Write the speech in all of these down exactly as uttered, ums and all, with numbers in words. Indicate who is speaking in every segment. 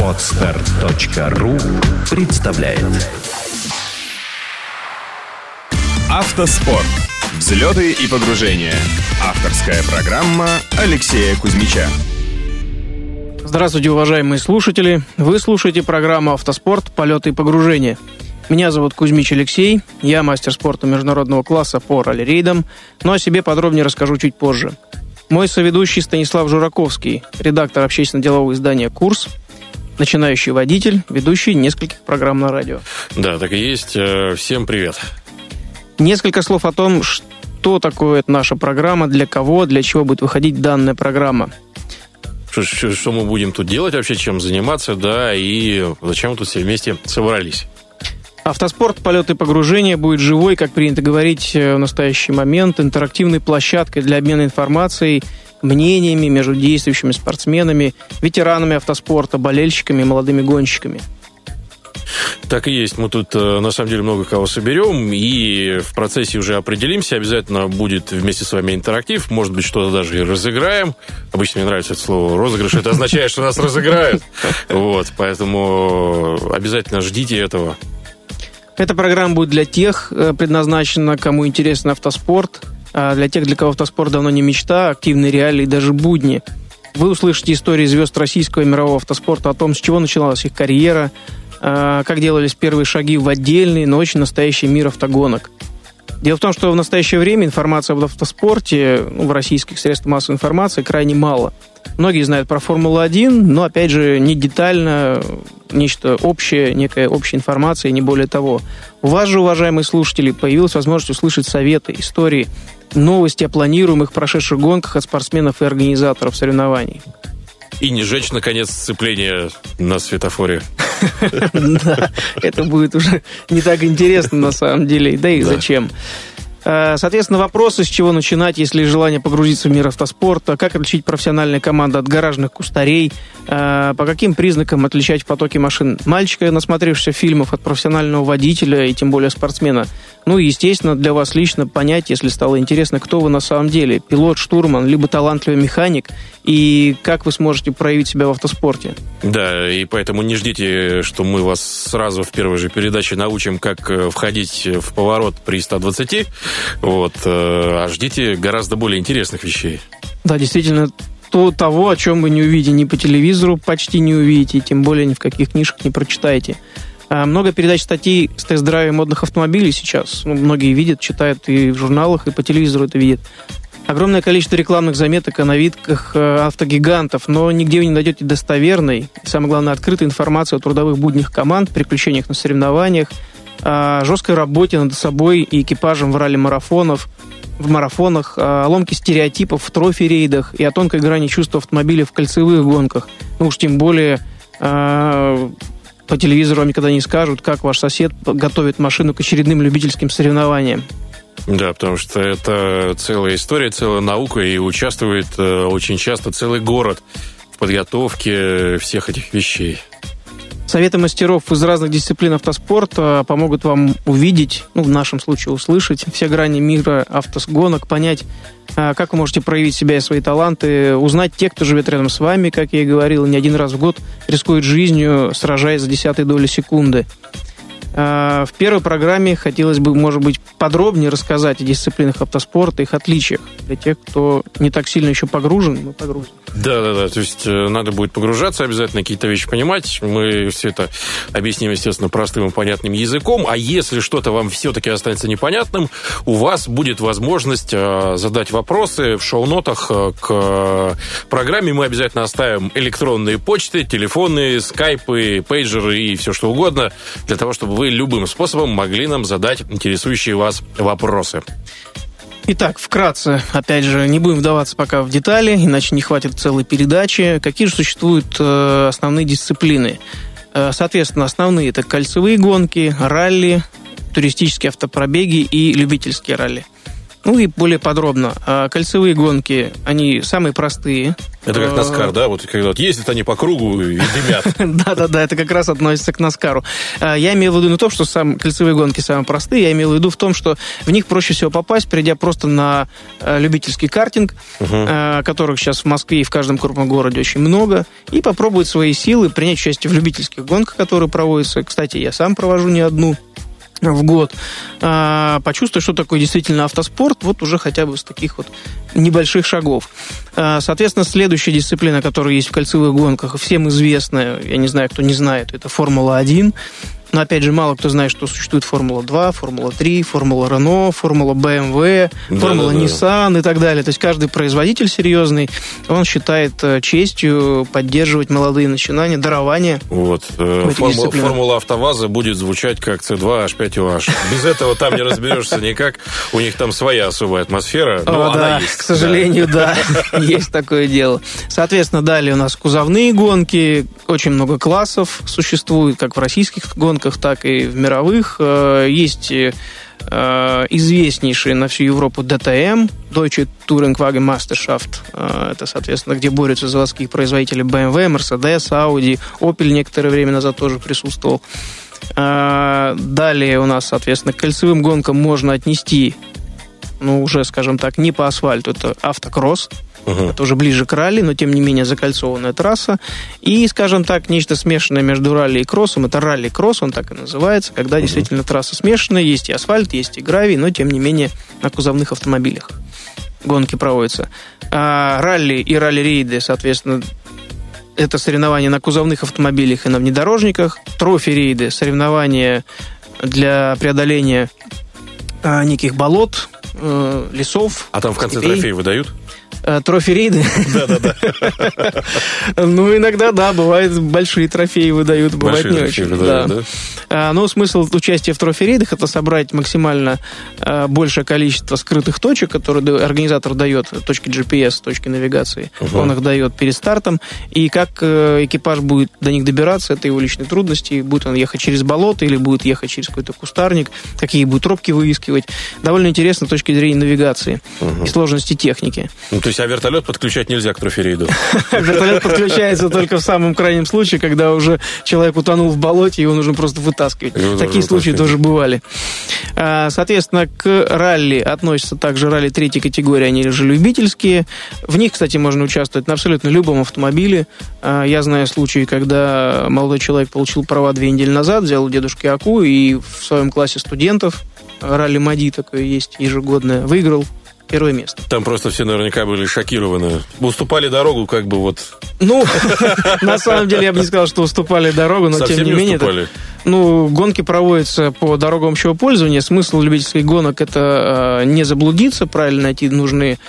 Speaker 1: Подстер точка ру представляет
Speaker 2: Автоспорт. Взлеты и погружения. Авторская программа Алексея Кузьмича.
Speaker 3: Здравствуйте, уважаемые слушатели. Вы слушаете программу «Автоспорт. Полеты и погружения». Меня зовут Кузьмич Алексей. Я мастер спорта международного класса по ралли-рейдам, но о себе подробнее расскажу чуть позже. Мой соведущий Станислав Жураковский, редактор общественно-делового издания «Курс», начинающий водитель, ведущий нескольких программ на радио.
Speaker 4: Да, так и есть. Всем привет.
Speaker 3: Несколько слов о том, что такое наша программа, для кого, для чего будет выходить данная программа.
Speaker 4: Что, что, что мы будем тут делать вообще, чем заниматься, да, и зачем мы тут все вместе собрались.
Speaker 3: Автоспорт, полеты и погружения будет живой, как принято говорить в настоящий момент, интерактивной площадкой для обмена информацией, мнениями между действующими спортсменами, ветеранами автоспорта, болельщиками и молодыми гонщиками.
Speaker 4: Так и есть. Мы тут, на самом деле, много кого соберем, и в процессе уже определимся. Обязательно будет вместе с вами интерактив. Может быть, что-то даже и разыграем. Обычно мне нравится это слово «розыгрыш». Это означает, что нас разыграют. Вот, поэтому обязательно ждите этого.
Speaker 3: Эта программа будет для тех, предназначена, кому интересен автоспорт, а для тех, для кого автоспорт давно не мечта, активные реалии и даже будни. Вы услышите истории звезд российского и мирового автоспорта о том, с чего начиналась их карьера, как делались первые шаги в отдельный, но очень настоящий мир автогонок. Дело в том, что в настоящее время информации об автоспорте, ну, в российских средствах массовой информации крайне мало. Многие знают про Формулу один, но, опять же, не детально, нечто общее, некая общая информация, и не более того. У вас же, уважаемые слушатели, появилась возможность услышать советы, истории, новости о планируемых прошедших гонках от спортсменов и организаторов соревнований.
Speaker 4: И не сжечь, наконец, сцепление на светофоре.
Speaker 3: Да, это будет уже не так интересно на самом деле. Да и зачем? Соответственно, вопросы, с чего начинать, если желание погрузиться в мир автоспорта, как отличить профессиональные команды от гаражных кустарей, по каким признакам отличать в потоке машин мальчика, насмотревшегося фильмов, от профессионального водителя и тем более спортсмена. Ну и, естественно, для вас лично понять, если стало интересно, кто вы на самом деле, пилот, штурман, либо талантливый механик, и как вы сможете проявить себя в автоспорте.
Speaker 4: Да, и поэтому не ждите, что мы вас сразу в первой же передаче научим, как входить в поворот при ста двадцати, вот, а ждите гораздо более интересных вещей. Да,
Speaker 3: действительно, то, того, о чем вы не увидите ни по телевизору, почти не увидите, тем более ни в каких книжках не прочитаете. Много передач, статей с тест-драйвом модных автомобилей сейчас. Ну, многие видят, читают и в журналах, и по телевизору это видят. Огромное количество рекламных заметок о новинках автогигантов, но нигде вы не найдете достоверной, и, самое главное, открытой информации о трудовых буднях команд, приключениях на соревнованиях, о жесткой работе над собой и экипажем в ралли-марафонов, в марафонах, о ломке стереотипов в трофи-рейдах и о тонкой грани чувства автомобиля в кольцевых гонках. Ну уж тем более по телевизору вам никогда не скажут, как ваш сосед готовит машину к очередным любительским соревнованиям.
Speaker 4: Да, потому что это целая история, целая наука, и участвует э, очень часто целый город в подготовке всех этих вещей.
Speaker 3: Советы мастеров из разных дисциплин автоспорта помогут вам увидеть, ну, в нашем случае услышать, все грани мира автогонок, понять, как вы можете проявить себя и свои таланты, узнать тех, кто живет рядом с вами, как я и говорил, не один раз в год рискует жизнью, сражаясь за десятые доли секунды. В первой программе хотелось бы, может быть, подробнее рассказать о дисциплинах автоспорта, их отличиях. Для тех, кто не так сильно еще погружен, мы погрузим.
Speaker 4: Да-да-да, то есть надо будет погружаться, обязательно какие-то вещи понимать. Мы все это объясним, естественно, простым и понятным языком. А если что-то вам все-таки останется непонятным, у вас будет возможность задать вопросы в шоу-нотах к программе. Мы обязательно оставим электронные почты, телефоны, скайпы, пейджеры и все что угодно, для того, чтобы вы любым способом могли нам задать интересующие вас вопросы.
Speaker 3: Итак, вкратце, опять же, не будем вдаваться пока в детали, иначе не хватит целой передачи. Какие же существуют э, основные дисциплины? Э, соответственно, основные – это кольцевые гонки, ралли, туристические автопробеги и любительские ралли. Ну и более подробно. Кольцевые гонки, они самые простые.
Speaker 4: Это как Наскар, да? Вот когда вот ездят они по кругу и дымят.
Speaker 3: Да-да-да, это как раз относится к Наскару. Я имею в виду не то, что сам, кольцевые гонки самые простые, я имею в виду в том, что в них проще всего попасть, придя просто на любительский картинг, uh-huh. которых сейчас в Москве и в каждом крупном городе очень много, и попробовать свои силы, принять участие в любительских гонках, которые проводятся. Кстати, я сам провожу не одну в год, почувствовать, что такое действительно автоспорт, вот уже хотя бы с таких вот небольших шагов. Соответственно, следующая дисциплина, которая есть в кольцевых гонках, всем известная, я не знаю, кто не знает, это Формула один. Но, опять же, мало кто знает, что существует Формула два, Формула три, Формула Рено, Формула бэ эм вэ, Формула да, да, Nissan да. и так далее. То есть каждый производитель серьезный, он считает честью поддерживать молодые начинания, дарования.
Speaker 4: Вот. Формула, формула АвтоВАЗа будет звучать как Си два эйч пять о эйч. Без этого там не разберешься никак. У них там своя особая атмосфера. Но
Speaker 3: О,
Speaker 4: она
Speaker 3: да,
Speaker 4: есть.
Speaker 3: К сожалению, да, есть такое дело. Соответственно, далее у нас кузовные гонки. Очень много классов существует, как в российских гонках, так и в мировых. Есть известнейшие на всю Европу ди ти эм, Deutsche Touringwagen Meisterschaft. Это, соответственно, где борются заводские производители бэ эм вэ, Mercedes, Audi, Opel некоторое время назад тоже присутствовал. Далее у нас, соответственно, к кольцевым гонкам можно отнести, ну, уже, скажем так, не по асфальту, это автокросс. Uh-huh. Это уже ближе к ралли, но, тем не менее, закольцованная трасса. И, скажем так, нечто смешанное между ралли и кроссом. Это ралли-кросс, он так и называется, когда uh-huh. действительно трасса смешанная. Есть и асфальт, есть и гравий, но, тем не менее, на кузовных автомобилях гонки проводятся. А ралли и ралли-рейды, соответственно, это соревнования на кузовных автомобилях и на внедорожниках. Трофи-рейды, соревнования для преодоления а, неких болот, э, лесов.
Speaker 4: А там в конце трофеи выдают?
Speaker 3: Трофи-рейды?
Speaker 4: Да-да-да.
Speaker 3: Ну, иногда, да, бывает, большие трофеи выдают, бывает не очень.
Speaker 4: Выдают,
Speaker 3: да. Но смысл участия в трофи-рейдах — это собрать максимально большее количество скрытых точек, которые организатор дает, точки джи пи эс, точки навигации, uh-huh. он их дает перед стартом, и как экипаж будет до них добираться, это его личные трудности, будет он ехать через болото или будет ехать через какой-то кустарник, какие будет тропки выискивать. Довольно интересно с точки зрения навигации uh-huh. и сложности техники.
Speaker 4: Ну, то есть, а вертолет подключать нельзя к трофи-рейду?
Speaker 3: Вертолет подключается только в самом крайнем случае, когда уже человек утонул в болоте, его нужно просто вытаскивать. Такие случаи тоже бывали. Соответственно, к ралли относятся также ралли третьей категории, они же любительские. В них, кстати, можно участвовать на абсолютно любом автомобиле. Я знаю случаи, когда молодой человек получил права две недели назад, взял у дедушки АКУ и в своем классе студентов, ралли МАДИ такое есть ежегодное, выиграл первое место.
Speaker 4: Там просто все наверняка были шокированы. Уступали дорогу, как бы вот...
Speaker 3: Ну, на самом деле, я бы не сказал, что уступали дорогу, но тем не менее... Ну, гонки проводятся по дорогам общего пользования. Смысл любительских гонок — это не заблудиться, правильно найти нужные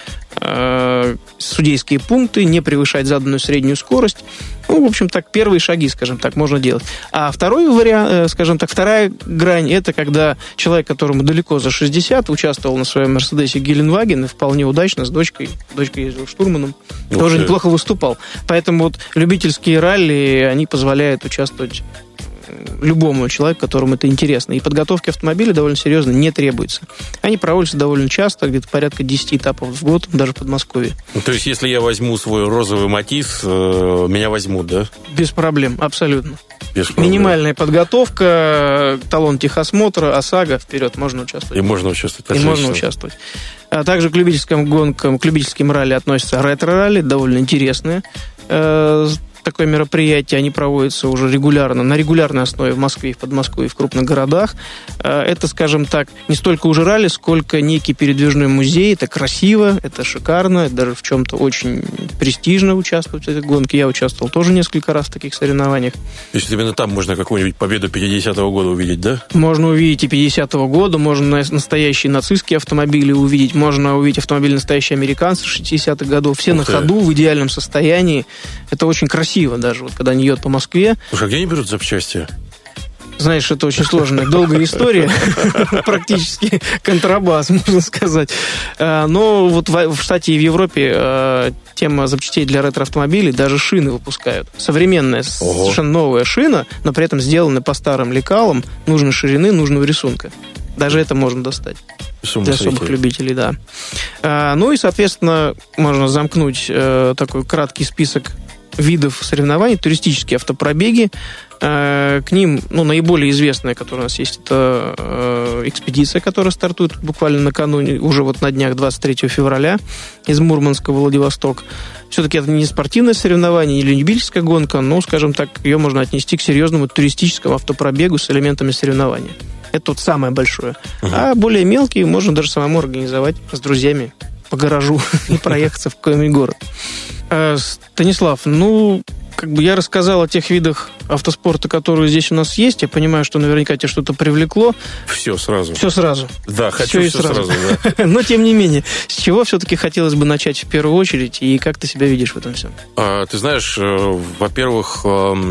Speaker 3: судейские пункты, не превышать заданную среднюю скорость. Ну, в общем, так, первые шаги, скажем так, можно делать. А второй вариант, скажем так, вторая грань — это когда человек, которому далеко за шестьдесят, участвовал на своем Мерседесе Геленваген и вполне удачно с дочкой, дочка ездила штурманом, Ух тоже ты. неплохо выступал. Поэтому вот любительские ралли, они позволяют участвовать любому человеку, которому это интересно. И подготовки автомобиля довольно серьезно не требуется. Они проводятся довольно часто, где-то порядка десять этапов в год, даже в Подмосковье.
Speaker 4: То есть, если я возьму свой розовый Матис, меня возьмут, да?
Speaker 3: Без проблем, абсолютно.
Speaker 4: Без проблем.
Speaker 3: Минимальная подготовка, талон техосмотра, ОСАГО, вперед, можно участвовать.
Speaker 4: И можно участвовать.
Speaker 3: И можно участвовать. А также к любительским гонкам, к любительским ралли относятся ретро-ралли, довольно интересные. Такое мероприятие, они проводятся уже регулярно, на регулярной основе в Москве, в Подмосковье, в крупных городах. Это, скажем так, не столько уже ралли, сколько некий передвижной музей. Это красиво, это шикарно, это даже в чем-то очень престижно участвовать в этой гонке. Я участвовал тоже несколько раз в таких соревнованиях.
Speaker 4: То есть именно там можно какую-нибудь победу пятидесятого года увидеть, да?
Speaker 3: Можно увидеть и пятидесятого года, можно настоящие нацистские автомобили увидеть, можно увидеть автомобили настоящие американцы шестидесятых годов, все Ух на ты. ходу, в идеальном состоянии. Это очень красиво. Даже вот когда они едут по Москве.
Speaker 4: Слушай, а где они берут запчасти?
Speaker 3: Знаешь, это очень сложная, долгая история. Практически контрабас, можно сказать. Но вот в штате и в Европе тема запчастей для ретро-автомобилей, даже шины выпускают. Современная, совершенно новая шина, но при этом сделана по старым лекалам нужной ширины, нужного рисунка. Даже это можно достать. Для особых
Speaker 4: сойти.
Speaker 3: любителей, да. А, ну и, соответственно, можно замкнуть э, такой краткий список видов соревнований, туристические автопробеги. К ним, ну, наиболее известная, которая у нас есть, это э, экспедиция, которая стартует буквально накануне, уже вот на днях двадцать третьего февраля из Мурманска в Владивосток. Все-таки это не спортивное соревнование, не любительская гонка, но, скажем так, ее можно отнести к серьезному туристическому автопробегу с элементами соревнования. Это вот самое большое. Uh-huh. А более мелкие можно даже самому организовать с друзьями по гаражу и проехаться в какой-нибудь город. Станислав, ну, как бы я рассказал о тех видах автоспорта, которые здесь у нас есть. Я понимаю, что наверняка тебя что-то привлекло.
Speaker 4: Все сразу.
Speaker 3: Все сразу.
Speaker 4: Да, хочу все, все сразу. сразу да.
Speaker 3: Но, тем не менее, с чего все-таки хотелось бы начать в первую очередь, и как ты себя видишь в этом всем?
Speaker 4: А, ты знаешь, во-первых,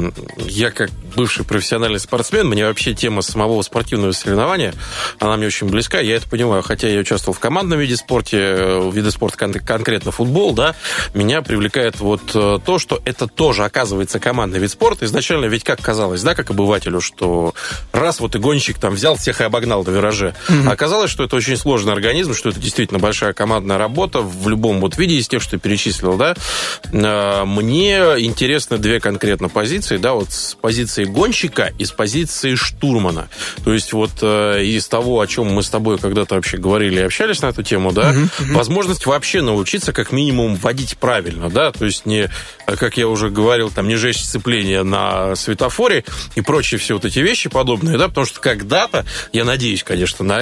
Speaker 4: я как бывший профессиональный спортсмен, мне вообще тема самого спортивного соревнования, она мне очень близка, я это понимаю. Хотя я участвовал в командном виде спорта, виде спорта кон- конкретно футбол, да, меня привлекает вот то, что это тоже, оказывается, командный вид спорта. Изначально ведь как казалось, да, как обывателю, что раз вот и гонщик там взял всех и обогнал на вираже. Mm-hmm. А оказалось, что это очень сложный организм, что это действительно большая командная работа в любом вот виде из тех, что ты перечислил, да. Мне интересны две конкретно позиции, да, вот с позиции гонщика и с позиции штурмана. То есть вот из того, о чем мы с тобой когда-то вообще говорили и общались на эту тему, да, mm-hmm. Mm-hmm. возможность вообще научиться как минимум водить правильно, да, то есть не, как я уже говорил, там, не жечь сцепление на светофоре и прочие все вот эти вещи подобные, да, потому что когда-то, я надеюсь, конечно, на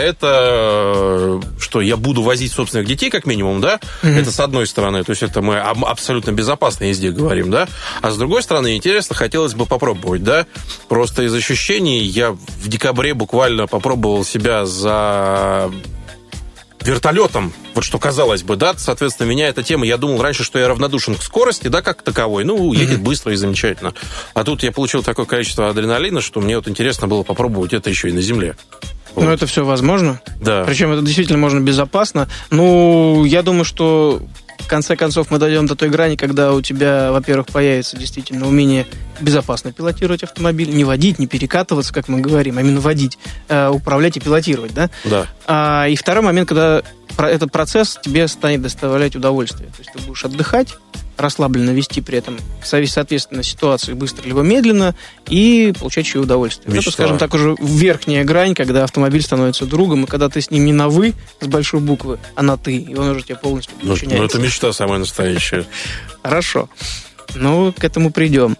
Speaker 4: это, что я буду возить собственных детей, как минимум, да, mm-hmm. это с одной стороны, то есть это мы об абсолютно безопасной езде говорим, да, а с другой стороны, интересно, хотелось бы попробовать, да, просто из ощущений я в декабре буквально попробовал себя за вертолетом, вот что казалось бы, да, соответственно, меня эта тема, я думал раньше, что я равнодушен к скорости, да, как таковой, ну, едет mm-hmm. быстро и замечательно. А тут я получил такое количество адреналина, что мне вот интересно было попробовать это еще и на земле. Вот.
Speaker 3: Ну, это все возможно.
Speaker 4: Да.
Speaker 3: Причем это действительно можно безопасно. Ну, я думаю, что в конце концов мы дойдем до той грани, когда у тебя, во-первых, появится действительно умение безопасно пилотировать автомобиль, не водить, не перекатываться, как мы говорим, а именно водить, э, управлять и пилотировать, да?
Speaker 4: Да.
Speaker 3: А, и второй момент, когда этот процесс тебе станет доставлять удовольствие. То есть ты будешь отдыхать, расслабленно вести при этом, соответственно, ситуации быстро либо медленно, и получать еще удовольствие.
Speaker 4: Мечта.
Speaker 3: Это, скажем так, уже верхняя грань, когда автомобиль становится другом, и когда ты с ним не на «вы» с большой буквы, а на «ты», и он уже тебе полностью подчиняется.
Speaker 4: Ну, ну это мечта самая настоящая.
Speaker 3: Хорошо. Ну, к этому придем.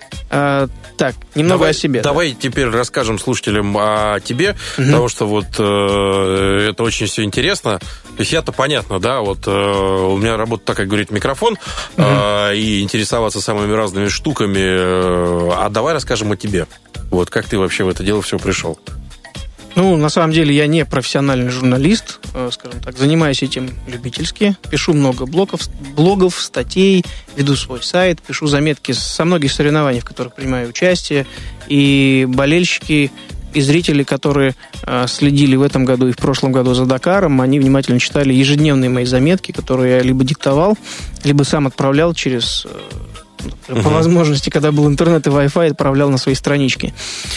Speaker 3: А, так, немного
Speaker 4: давай,
Speaker 3: о себе.
Speaker 4: Давай да. теперь расскажем слушателям о тебе, угу. потому что вот э, это очень все интересно. То есть я-то понятно, да, вот э, у меня работа так, как говорит микрофон, угу. э, и интересоваться самыми разными штуками. Э, а давай расскажем о тебе. Вот как ты вообще в это дело все пришел?
Speaker 3: Ну, на самом деле, я не профессиональный журналист, скажем так, занимаюсь этим любительски, пишу много блогов, блогов, статей, веду свой сайт, пишу заметки со многих соревнований, в которых принимаю участие, и болельщики и зрители, которые следили в этом году и в прошлом году за Дакаром, они внимательно читали ежедневные мои заметки, которые я либо диктовал, либо сам отправлял через, uh-huh. по возможности, когда был интернет и Wi-Fi, отправлял на свои странички.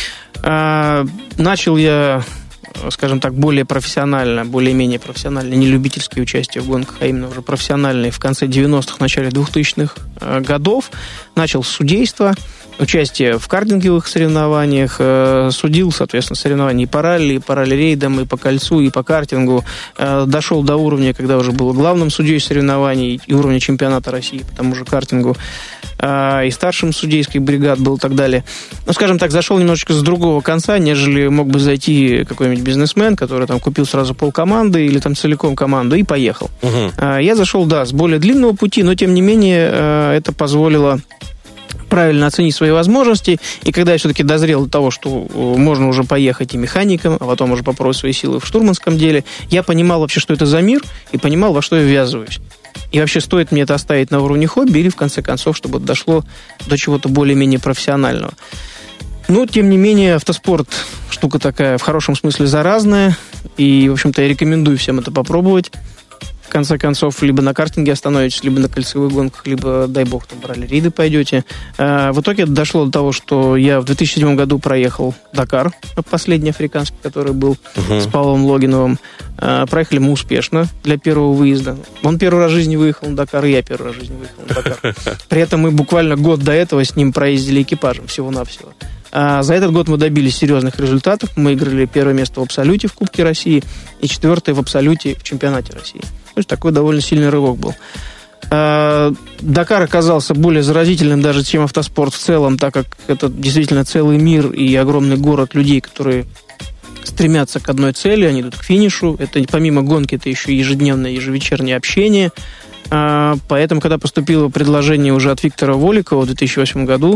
Speaker 3: Начал я, скажем так, более профессионально, более-менее профессионально, не любительские участия в гонках, а именно уже профессиональные в конце девяностых, начале двухтысячных годов. Начал с судейства, участие в картинговых соревнованиях, судил, соответственно, соревнования и по ралли, и по ралли-рейдам, и по кольцу, и по картингу. Дошел до уровня, когда уже был главным судьей соревнований и уровня чемпионата России по тому же картингу, и старшим судейской бригад был и так далее. Ну, скажем так, зашел немножечко с другого конца, нежели мог бы зайти какой-нибудь бизнесмен, который там купил сразу полкоманды или там целиком команду и поехал. Угу. Я зашел, да, с более длинного пути, но тем не менее это позволило правильно оценить свои возможности, и когда я все-таки дозрел до того, что можно уже поехать и механиком, а потом уже попробовать свои силы в штурманском деле, я понимал вообще, что это за мир, и понимал, во что я ввязываюсь. И вообще, стоит мне это оставить на уровне хобби, или, в конце концов, чтобы это дошло до чего-то более-менее профессионального. Но, тем не менее, автоспорт штука такая, в хорошем смысле, заразная, и, в общем-то, я рекомендую всем это попробовать. в конце концов, либо на картинге остановитесь, либо на кольцевых гонках, либо, дай бог, там в ралли-риды пойдете. В итоге это дошло до того, что я в две тысячи седьмом году проехал Дакар, последний африканский, который был uh-huh. с Павлом Логиновым. Проехали мы успешно для первого выезда. Он первый раз в жизни выехал на Дакар, и я первый раз в жизни выехал на Дакар. При этом мы буквально год до этого с ним проездили экипажем, всего-навсего. А за этот год мы добились серьезных результатов. Мы выиграли первое место в Абсолюте в Кубке России и четвертое в Абсолюте в Чемпионате России. То есть такой довольно сильный рывок был. А, Дакар оказался более заразительным даже, чем автоспорт в целом, так как это действительно целый мир и огромный город людей, которые стремятся к одной цели, они идут к финишу. Это помимо гонки, это еще ежедневное, ежевечернее общение. А, поэтому, когда поступило предложение уже от Виктора Воликова в две тысячи восьмом году,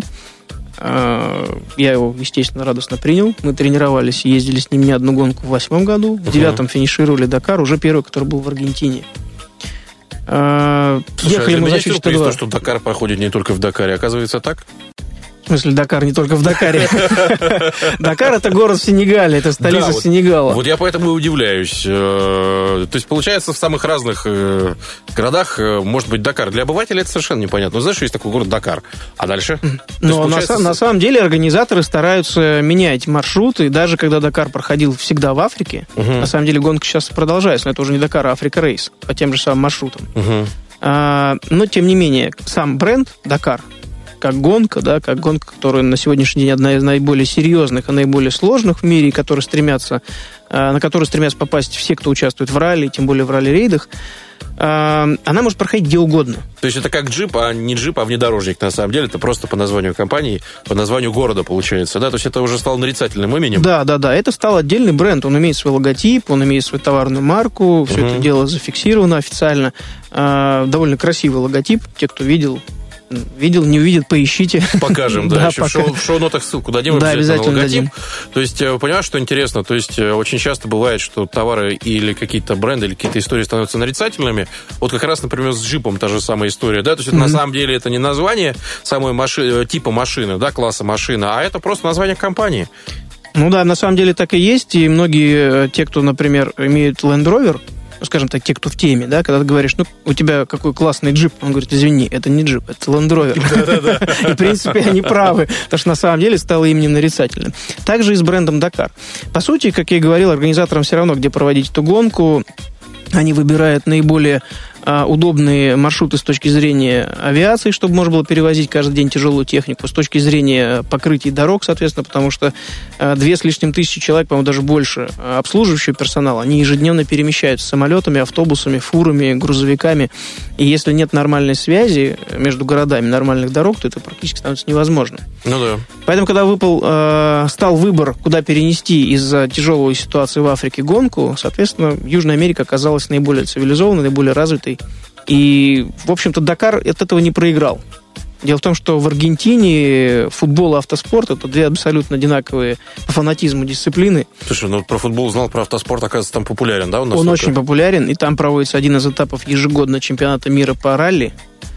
Speaker 3: я его, естественно, радостно принял. Мы тренировались и ездили с ним не одну гонку в восьмом году. В девятом uh-huh. финишировали Дакар, уже первый, который был в Аргентине.
Speaker 4: Слушай, ехали а мы за четыреста два. Что Дакар проходит не только в Дакаре, оказывается так?
Speaker 3: В смысле, Дакар не только в Дакаре. Дакар — это город в Сенегале, это столица Сенегала.
Speaker 4: Вот я поэтому и удивляюсь. То есть, получается, в самых разных городах может быть Дакар. Для обывателя это совершенно непонятно. Ну, знаешь, есть такой город Дакар. А дальше?
Speaker 3: Но на самом деле организаторы стараются менять маршруты. Даже когда Дакар проходил всегда в Африке, на самом деле гонка сейчас продолжается. Но это уже не Дакар, а Африка Рейс по тем же самым маршрутам. Но, тем не менее, сам бренд Дакар, как гонка, да, как гонка, которая на сегодняшний день одна из наиболее серьезных и наиболее сложных в мире, которые стремятся, на которую стремятся попасть все, кто участвует в ралли, тем более в ралли-рейдах, она может проходить где угодно.
Speaker 4: То есть это как джип, а не джип, а внедорожник, на самом деле. Это просто по названию компании, по названию города получается, да? То есть это уже стало нарицательным именем?
Speaker 3: Да, да, да. Это стал отдельный бренд. Он имеет свой логотип, он имеет свою товарную марку. Все uh-huh. это дело зафиксировано официально. Довольно красивый логотип. Те, кто видел... Видел, не увидел, поищите.
Speaker 4: Покажем, да. да еще пока... в шоу-нотах ссылку дадим.
Speaker 3: Да, обязательно дадим.
Speaker 4: То есть, понимаешь, что интересно? То есть, очень часто бывает, что товары или какие-то бренды, или какие-то истории становятся нарицательными. Вот как раз, например, с джипом та же самая история, да? То есть, mm-hmm. это на самом деле это не название самой машины, типа машины, да, класса машины, а это просто название компании.
Speaker 3: Ну да, на самом деле так и есть. И многие, те, кто, например, имеют Land Rover, скажем так, те, кто в теме, да, когда ты говоришь, ну, у тебя какой классный джип, он говорит, извини, это не джип, это Land Rover. И, в принципе, они правы, потому что на самом деле стало именем нарицательным. Также и с брендом Дакар. По сути, как я и говорил, организаторам все равно, где проводить эту гонку, они выбирают наиболее а, удобные маршруты с точки зрения авиации, чтобы можно было перевозить каждый день тяжелую технику, с точки зрения покрытий дорог, соответственно, потому что а, две с лишним тысячи человек, по-моему, даже больше а, обслуживающего персонала, они ежедневно перемещаются самолетами, автобусами, фурами, грузовиками. И если нет нормальной связи между городами, нормальных дорог, то это практически становится невозможно.
Speaker 4: Ну да.
Speaker 3: Поэтому, когда выпал, э, стал выбор, куда перенести из-за тяжелой ситуации в Африке гонку, соответственно, Южная Америка оказалась наиболее цивилизованной, наиболее развитой. И, в общем-то, Дакар от этого не проиграл. Дело в том, что в Аргентине футбол и автоспорт — это две абсолютно одинаковые по фанатизму дисциплины.
Speaker 4: Слушай, ну про футбол знал, про автоспорт, оказывается, там популярен, да? У нас
Speaker 3: Он
Speaker 4: только...
Speaker 3: очень популярен, и там проводится один из этапов ежегодно чемпионата мира по ралли.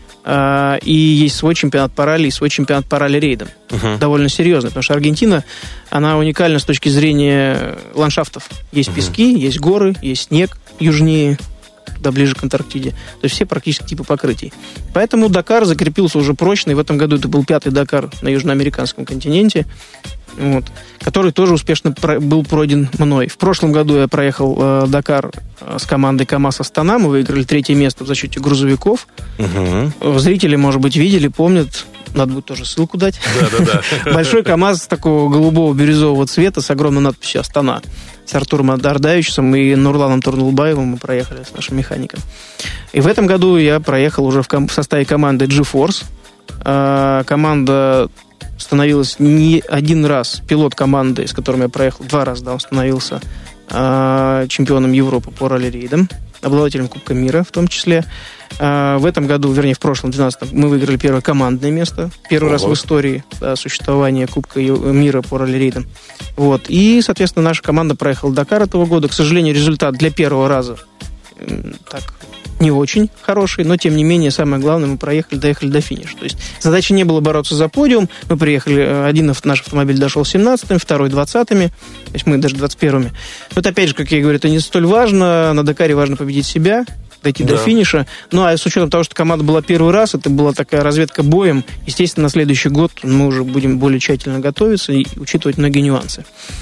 Speaker 3: И есть свой чемпионат по ралли и свой чемпионат по ралли-рейдам. Uh-huh. Довольно серьезный, потому что Аргентина, она уникальна с точки зрения ландшафтов. Есть uh-huh. пески, есть горы, есть снег южнее, да ближе к Антарктиде. То есть все практически типы покрытий. Поэтому Дакар закрепился уже прочно, и в этом году это был пятый Дакар на южноамериканском континенте, вот, который тоже успешно про- был пройден мной. В прошлом году я проехал э, Дакар э, с командой КамАЗ Астана. Мы выиграли третье место в зачете грузовиков. Uh-huh. Зрители, может быть, видели, помнят. Надо будет тоже ссылку дать.
Speaker 4: Да-да-да.
Speaker 3: Большой КамАЗ такого голубого бирюзового цвета с огромной надписью «Астана». С Артуром Ардаевичем и Нурланом Турнулбаевым мы проехали с нашим механиком. И в этом году я проехал уже в, ком- в составе команды GeForce. А, команда становилась не один раз, пилот команды, с которым я проехал два раза, да, он становился а, чемпионом Европы по ралли-рейдам, обладателем Кубка мира в том числе. А, в этом году, вернее, в прошлом, двенадцатом, мы выиграли первое командное место. Первый Ого. раз в истории да, существования Кубка мира по ралли-рейдам. Вот. И, соответственно, наша команда проехала Дакар этого года. К сожалению, результат для первого раза так не очень хороший, но, тем не менее, самое главное, мы проехали, доехали до финиша. То есть задача не было бороться за подиум. Мы приехали, один наш автомобиль дошел семнадцатым, второй двадцатыми, то есть мы даже двадцать первыми. Вот опять же, как я говорю, это не столь важно. На Дакаре важно победить себя. дойти
Speaker 4: Да.
Speaker 3: до финиша. Ну, а с учетом того, что команда была первый раз, это была такая разведка боем, естественно, на следующий год мы уже будем более тщательно готовиться и учитывать многие нюансы.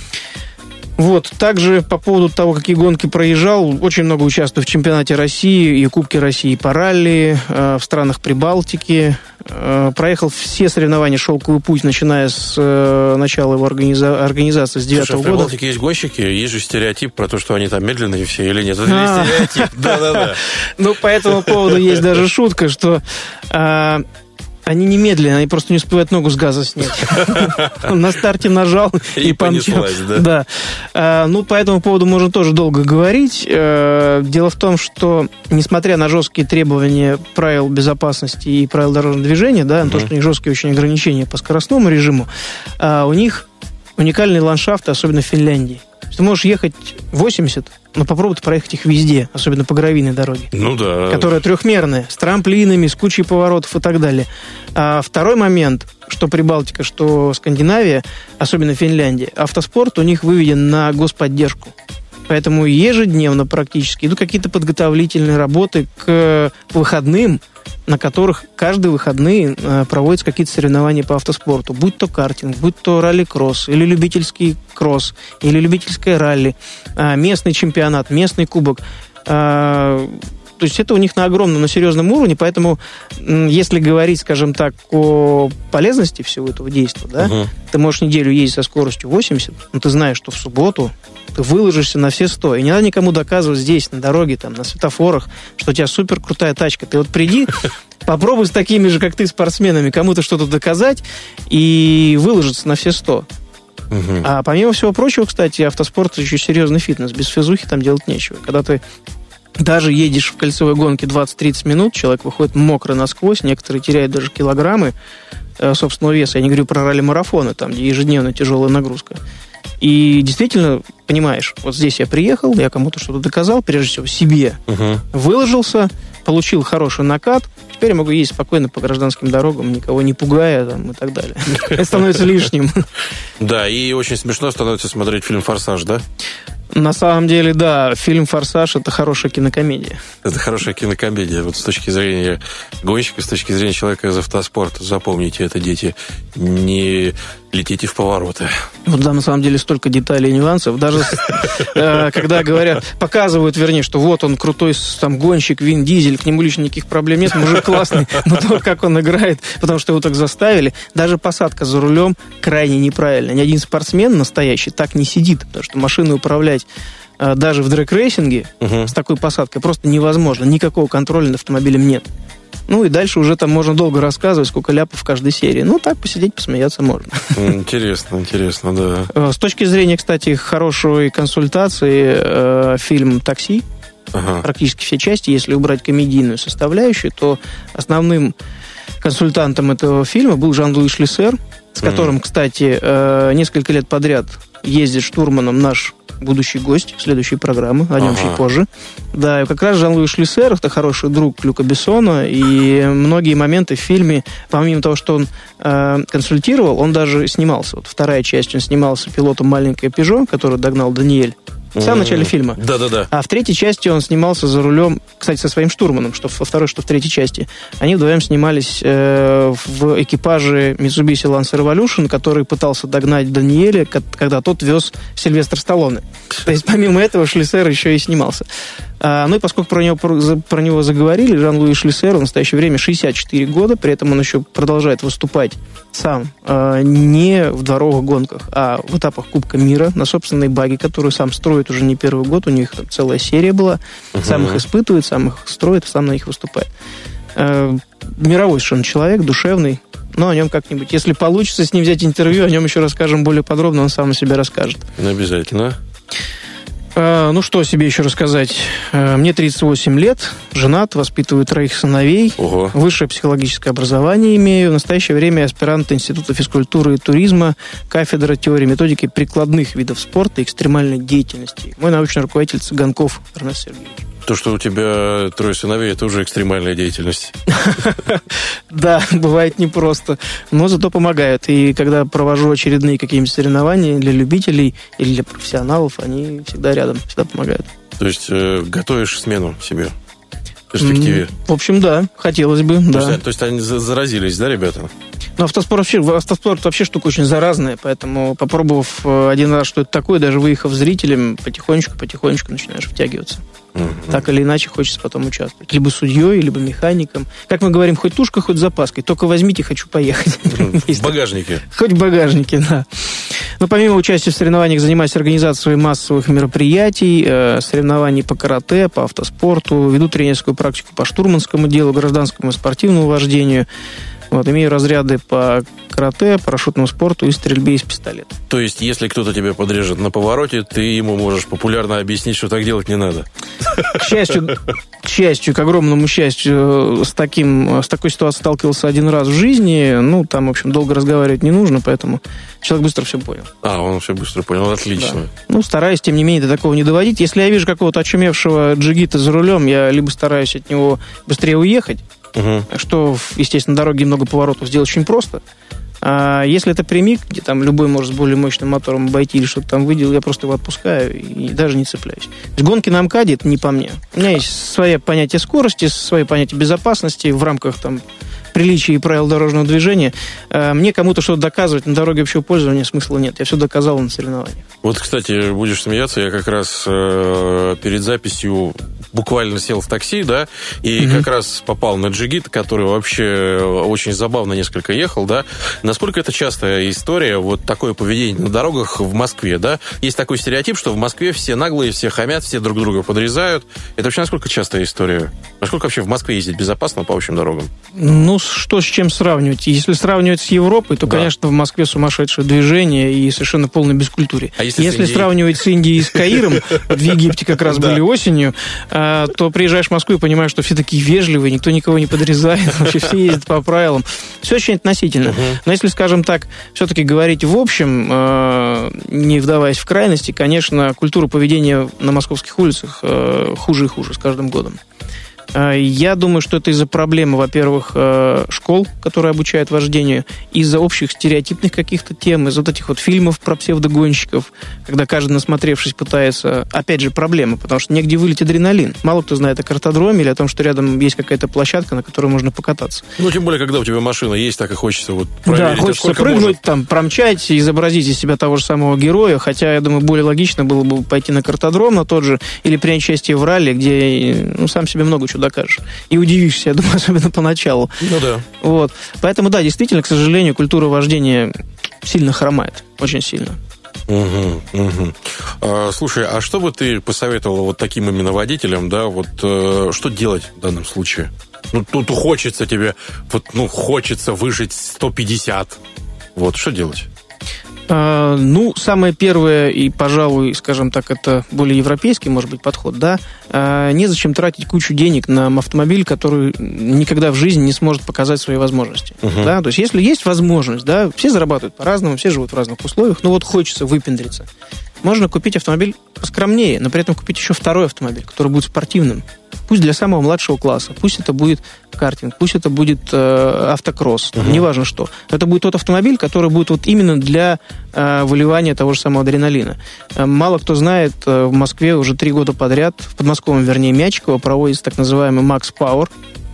Speaker 3: Вот. Также по поводу того, какие гонки проезжал, очень много участвую в чемпионате России и Кубке России по ралли, э, в странах Прибалтики. Э, проехал все соревнования «Шелковый путь», начиная с э, начала его организа- организации с девятого
Speaker 4: Слушай, в
Speaker 3: года.
Speaker 4: Прибалтике есть гонщики, есть же стереотип про то, что они там медленные все или нет. Это
Speaker 3: А.
Speaker 4: не стереотип. Да-да-да.
Speaker 3: Ну, по этому поводу есть даже шутка, что э, они не медленные, они просто не успевают ногу с газа снять. Он на старте нажал и
Speaker 4: И
Speaker 3: помчал.
Speaker 4: понеслась, да?
Speaker 3: Да. А, ну, по этому поводу можно тоже долго говорить. Э, Дело в том, что, несмотря на жесткие требования правил безопасности и правил дорожного движения, да, на то, что у них жесткие очень ограничения по скоростному режиму, а, у них уникальные ландшафты, особенно в Финляндии. Ты можешь ехать восемьдесят, но попробуй проехать их везде, особенно по гравийной дороге,
Speaker 4: Ну да.
Speaker 3: которая трехмерная, с трамплинами, с кучей поворотов и так далее. А второй момент, что Прибалтика, что Скандинавия, особенно Финляндия, автоспорт у них выведен на господдержку. Поэтому ежедневно практически идут какие-то подготовительные работы к выходным, на которых каждые выходные э, проводятся какие-то соревнования по автоспорту. Будь то картинг, будь то ралли-кросс, или любительский кросс, или любительское ралли, э, местный чемпионат, местный кубок. Э, то есть это у них на огромном, на серьезном уровне, поэтому м, если говорить, скажем так, о полезности всего этого действия, да,
Speaker 4: Мгм.
Speaker 3: ты можешь неделю ездить со скоростью восемьдесят, но ты знаешь, что в субботу ты выложишься на все сто. И не надо никому доказывать здесь, на дороге, там, на светофорах, что у тебя супер крутая тачка. Ты вот приди, попробуй с такими же, как ты, спортсменами кому-то что-то доказать и выложиться на все сто.
Speaker 4: Мгм.
Speaker 3: А помимо всего прочего, кстати, автоспорт — это еще серьезный фитнес. Без физухи там делать нечего. Когда ты даже едешь в кольцевой гонке двадцать-тридцать минут, человек выходит мокрый насквозь, некоторые теряют даже килограммы э, собственного веса. Я не говорю про ралли-марафоны, там, где ежедневная тяжелая нагрузка. И действительно, понимаешь, вот здесь я приехал, я кому-то что-то доказал, прежде всего себе,
Speaker 4: Мгм.
Speaker 3: выложился, получил хороший накат, теперь я могу ездить спокойно по гражданским дорогам, никого не пугая там, и так далее. Это становится лишним.
Speaker 4: Да, и очень смешно становится смотреть фильм «Форсаж», да?
Speaker 3: На самом деле, да, фильм «Форсаж» — это хорошая кинокомедия.
Speaker 4: Это хорошая кинокомедия. Вот с точки зрения гонщика, с точки зрения человека из автоспорта. Запомните это, дети. Не летите в повороты.
Speaker 3: Вот да, на самом деле столько деталей и нюансов. Даже э, когда говорят, показывают, вернее, что вот он крутой там гонщик, Вин Дизель, к нему лично никаких проблем нет, мужик классный, но то, как он играет, потому что его так заставили, даже посадка за рулем крайне неправильно. Ни один спортсмен настоящий так не сидит, потому что машиной управлять э, даже в дрэг-рейсинге
Speaker 4: Мгм.
Speaker 3: с такой посадкой просто невозможно. Никакого контроля над автомобилем нет. Ну и дальше уже там можно долго рассказывать, сколько ляпов в каждой серии. Ну так посидеть, посмеяться можно.
Speaker 4: Интересно, интересно, да.
Speaker 3: Э, С точки зрения, кстати, хорошей консультации, э, фильм «Такси»,
Speaker 4: Ага.
Speaker 3: практически все части, если убрать комедийную составляющую, то основным консультантом этого фильма был Жан-Луи Шлиссер, с которым, кстати, э, несколько лет подряд ездит штурманом наш будущий гость следующей программы, о нем
Speaker 4: Ага.
Speaker 3: чуть позже. Да, и как раз Жан-Луи Шлиссер — это хороший друг Люка Бессона, и многие моменты в фильме, помимо того, что он э, консультировал, он даже снимался. Вот вторая часть, он снимался пилотом маленькой «Пежо», который догнал Даниэль в самом начале фильма.
Speaker 4: Да-да-да.
Speaker 3: А в третьей части он снимался за рулем, кстати, со своим штурманом, что во второй, что в третьей части. Они вдвоем снимались э, в экипаже Mitsubishi Lancer Evolution, который пытался догнать Даниэля, ко- когда тот вез Сильвестр Сталлоне. То есть, помимо этого, Шлиссер еще и снимался. А, ну и поскольку про него, про, за- про него заговорили, Жан-Луи Шлиссер в настоящее время шестьдесят четыре года, при этом он еще продолжает выступать сам, э, не в дворовых гонках, а в этапах Кубка мира на собственной баге, которую сам строит уже не первый год, у них там целая серия была, сам их испытывает, сам их строит, сам на них выступает. Э, мировой совершенно человек, душевный, но о нем как-нибудь, если получится с ним взять интервью, о нем еще расскажем более подробно, он сам о себе расскажет.
Speaker 4: Ну, обязательно.
Speaker 3: Э, ну, что о себе еще рассказать? Э, мне тридцать восемь лет, женат, воспитываю троих сыновей,
Speaker 4: Ого.
Speaker 3: высшее психологическое образование имею. В настоящее время я аспирант Института физкультуры и туризма, кафедра теории методики прикладных видов спорта и экстремальной деятельности. Мой научный руководитель Цыганков Эрнест Сергеевич.
Speaker 4: То, что у тебя трое сыновей, это уже экстремальная деятельность.
Speaker 3: Да, бывает непросто, но зато помогают. И когда провожу очередные какие-нибудь соревнования для любителей или для профессионалов, они всегда рядом, всегда помогают.
Speaker 4: То есть э, готовишь смену себе. перспективе?
Speaker 3: В общем, да, хотелось бы,
Speaker 4: то
Speaker 3: да.
Speaker 4: Есть, то есть они заразились, да, ребята?
Speaker 3: Ну, автоспорт вообще, автоспорт вообще штука очень заразная, поэтому, попробовав один раз, что это такое, даже выехав зрителем, потихонечку-потихонечку начинаешь втягиваться. Uh-huh. Так или иначе хочется потом участвовать. Либо судьей, либо механиком. Как мы говорим, хоть тушка, хоть запаской. Только возьмите, хочу поехать.
Speaker 4: В багажнике.
Speaker 3: Хоть в багажнике, да. Но помимо участия в соревнованиях, занимаюсь организацией массовых мероприятий, э, соревнований по карате, по автоспорту, веду тренерскую практику по штурманскому делу, гражданскому и спортивному вождению. Вот, имею разряды по карате, парашютному спорту и стрельбе из пистолета.
Speaker 4: То есть, если кто-то тебя подрежет на повороте, ты ему можешь популярно объяснить, что так делать не надо?
Speaker 3: К счастью, к счастью, к огромному счастью, с, таким, с такой ситуацией сталкивался один раз в жизни. Ну, там, в общем, долго разговаривать не нужно, поэтому человек быстро все понял.
Speaker 4: А, он все быстро понял, отлично.
Speaker 3: Да. Ну, стараюсь, тем не менее, до такого не доводить. Если я вижу какого-то очумевшего джигита за рулем, я либо стараюсь от него быстрее уехать, угу. что, естественно, на дороге много поворотов сделать очень просто. А если это прямик, где там любой может с более мощным мотором обойти или что-то там выделал, я просто его отпускаю и даже не цепляюсь. Гонки на МКАДе — это не по мне. У меня есть свое понятие скорости, свое понятие безопасности в рамках там приличия и правил дорожного движения. Мне кому-то что-то доказывать на дороге общего пользования смысла нет. Я все доказал на соревнованиях.
Speaker 4: Вот, кстати, будешь смеяться, я как раз э, перед записью буквально сел в такси, да, и mm-hmm. как раз попал на джигит, который вообще очень забавно несколько ехал, да. Насколько это частая история, вот такое поведение на дорогах в Москве, да? Есть такой стереотип, что в Москве все наглые, все хамят, все друг друга подрезают. Это вообще насколько частая история? Насколько вообще в Москве ездить безопасно по общим дорогам?
Speaker 3: Ну, что с чем сравнивать? Если сравнивать с Европой, то, да. конечно, в Москве сумасшедшее движение и совершенно полное бескультурье. А если если сравнивать с Индией и с Каиром, в Египте как раз были осенью, то приезжаешь в Москву и понимаешь, что все такие вежливые, никто никого не подрезает, вообще все ездят по правилам. Все очень относительно. Но если, скажем так, все-таки говорить в общем, не вдаваясь в крайности, конечно, культура поведения на московских улицах хуже и хуже с каждым годом. Я думаю, что это из-за проблемы, во-первых, школ, которые обучают вождению, из-за общих стереотипных каких-то тем, из вот этих вот фильмов про псевдогонщиков, когда каждый, насмотревшись, пытается... Опять же, проблема, потому что негде вылить адреналин. Мало кто знает о картодроме или о том, что рядом есть какая-то площадка, на которой можно покататься.
Speaker 4: Ну, тем более, когда у тебя машина есть, так и хочется вот проверить.
Speaker 3: Да, хочется прыгнуть, может. там, промчать, изобразить из себя того же самого героя, хотя, я думаю, более логично было бы пойти на картодром, на тот же, или принять участие в ралли, где, ну, сам себе много чего докажешь. И удивишься, я думаю, особенно поначалу.
Speaker 4: Ну да.
Speaker 3: Вот. Поэтому, да, действительно, к сожалению, культура вождения сильно хромает. Очень сильно.
Speaker 4: Угу, угу. А, слушай, а что бы ты посоветовал вот таким именно водителям, да, вот э, что делать в данном случае? Ну, тут хочется тебе, вот, ну, хочется выжить сто пятьдесят. Вот, что делать?
Speaker 3: Uh, ну, самое первое и, пожалуй, скажем так, это более европейский, может быть, подход, да, uh, незачем тратить кучу денег на автомобиль, который никогда в жизни не сможет показать свои возможности, uh-huh. да, то есть если есть возможность, да, все зарабатывают по-разному, все живут в разных условиях, но вот хочется выпендриться, можно купить автомобиль поскромнее, но при этом купить еще второй автомобиль, который будет спортивным, пусть для самого младшего класса, пусть это будет картинг, пусть это будет э, автокросс, uh-huh. неважно что. Это будет тот автомобиль, который будет вот именно для э, выливания того же самого адреналина. Э, мало кто знает, э, в Москве уже три года подряд, в подмосковном, вернее, Мячиково, проводится так называемый Max Power.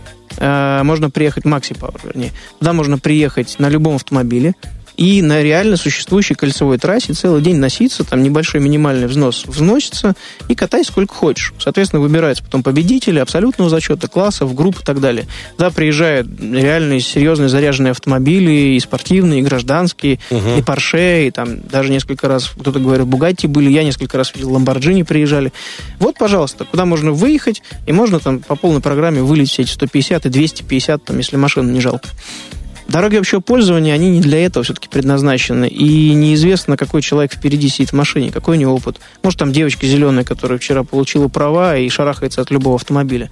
Speaker 3: Э, можно приехать, Maxi Power, вернее. Туда можно приехать на любом автомобиле, и на реально существующей кольцевой трассе целый день носиться, там небольшой минимальный взнос вносится, и катай сколько хочешь. Соответственно, выбираются потом победители абсолютного зачета, классов, групп и так далее. Туда приезжают реальные, серьезные заряженные автомобили, и спортивные, и гражданские, угу. и Porsche, и там даже несколько раз, кто-то говорит, Bugatti были, я несколько раз видел, Lamborghini приезжали. Вот, пожалуйста, куда можно выехать, и можно там по полной программе вылить все эти сто пятьдесят и двести пятьдесят, там, если машину не жалко. Дороги общего пользования, они не для этого все-таки предназначены. И неизвестно, какой человек впереди сидит в машине, какой у него опыт. Может, там девочка зеленая, которая вчера получила права и шарахается от любого автомобиля.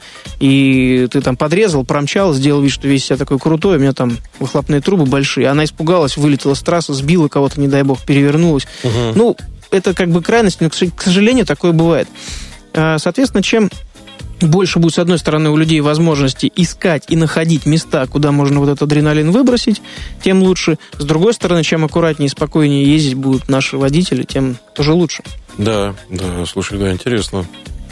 Speaker 3: И ты там подрезал, промчал, сделал вид, что весь себя такой крутой, у меня там выхлопные трубы большие. Она испугалась, вылетела с трассы, сбила кого-то, не дай бог, перевернулась. Угу. Ну, это как бы крайность, но, к сожалению, такое бывает. Соответственно, чем... больше будет, с одной стороны, у людей возможности искать и находить места, куда можно вот этот адреналин выбросить, тем лучше. С другой стороны, чем аккуратнее и спокойнее ездить будут наши водители, тем тоже лучше.
Speaker 4: Да, да, слушай, да, интересно.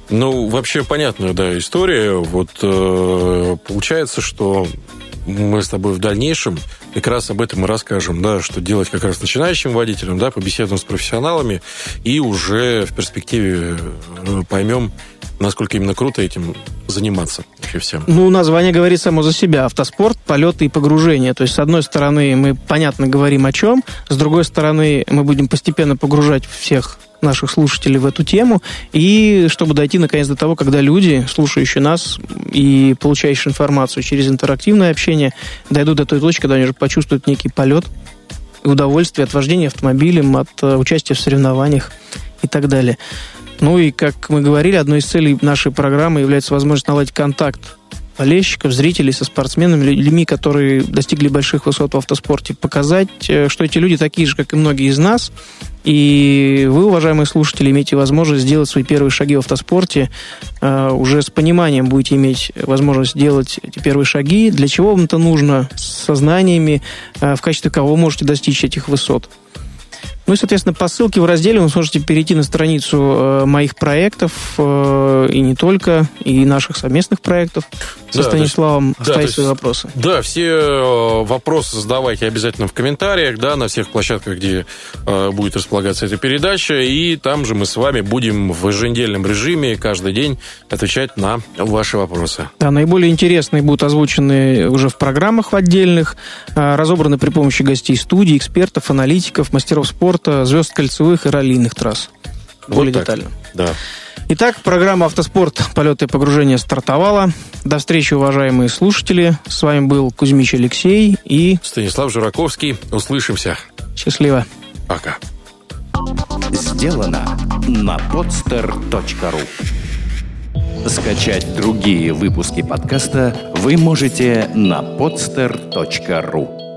Speaker 4: Ну, вообще понятная, да, история. Вот э, получается, что мы с тобой в дальнейшем как раз об этом и расскажем, да, что делать как раз начинающим водителям, да, побеседуем с профессионалами и уже в перспективе поймем, насколько именно круто этим заниматься вообще всем.
Speaker 3: Ну, название говорит само за себя. Автоспорт, полеты и погружение. То есть, с одной стороны, мы понятно говорим о чем, с другой стороны, мы будем постепенно погружать всех наших слушателей в эту тему, и чтобы дойти, наконец, до того, когда люди, слушающие нас и получающие информацию через интерактивное общение, дойдут до той точки, когда они уже почувствуют некий полет и удовольствие от вождения автомобилем, от участия в соревнованиях и так далее. Ну и, как мы говорили, одной из целей нашей программы является возможность наладить контакт болельщиков, зрителей со спортсменами, людьми, которые достигли больших высот в автоспорте, показать, что эти люди такие же, как и многие из нас, и вы, уважаемые слушатели, имеете возможность сделать свои первые шаги в автоспорте, уже с пониманием будете иметь возможность делать эти первые шаги, для чего вам это нужно, с знаниями, в качестве кого вы можете достичь этих высот. Ну и, соответственно, по ссылке в разделе вы сможете перейти на страницу э, моих проектов, э, и не только, и наших совместных проектов со
Speaker 4: да,
Speaker 3: Станиславом.
Speaker 4: Да,
Speaker 3: оставить
Speaker 4: есть,
Speaker 3: свои вопросы.
Speaker 4: Да, все вопросы задавайте обязательно в комментариях, да, на всех площадках, где э, будет располагаться эта передача, и там же мы с вами будем в еженедельном режиме каждый день отвечать на ваши вопросы. Да,
Speaker 3: наиболее интересные будут озвучены уже в программах в отдельных, э, разобраны при помощи гостей студии, экспертов, аналитиков, мастеров спорта, звезд кольцевых и раллийных трасс. Более
Speaker 4: вот
Speaker 3: детально.
Speaker 4: Да.
Speaker 3: Итак, программа «Автоспорт. Полеты и погружения» стартовала. До встречи, уважаемые слушатели. С вами был Кузьмич Алексей и...
Speaker 4: Станислав Жураковский. Услышимся.
Speaker 3: Счастливо.
Speaker 4: Пока.
Speaker 1: Сделано на подстер точка ру. Скачать другие выпуски подкаста вы можете на подстер точка ру.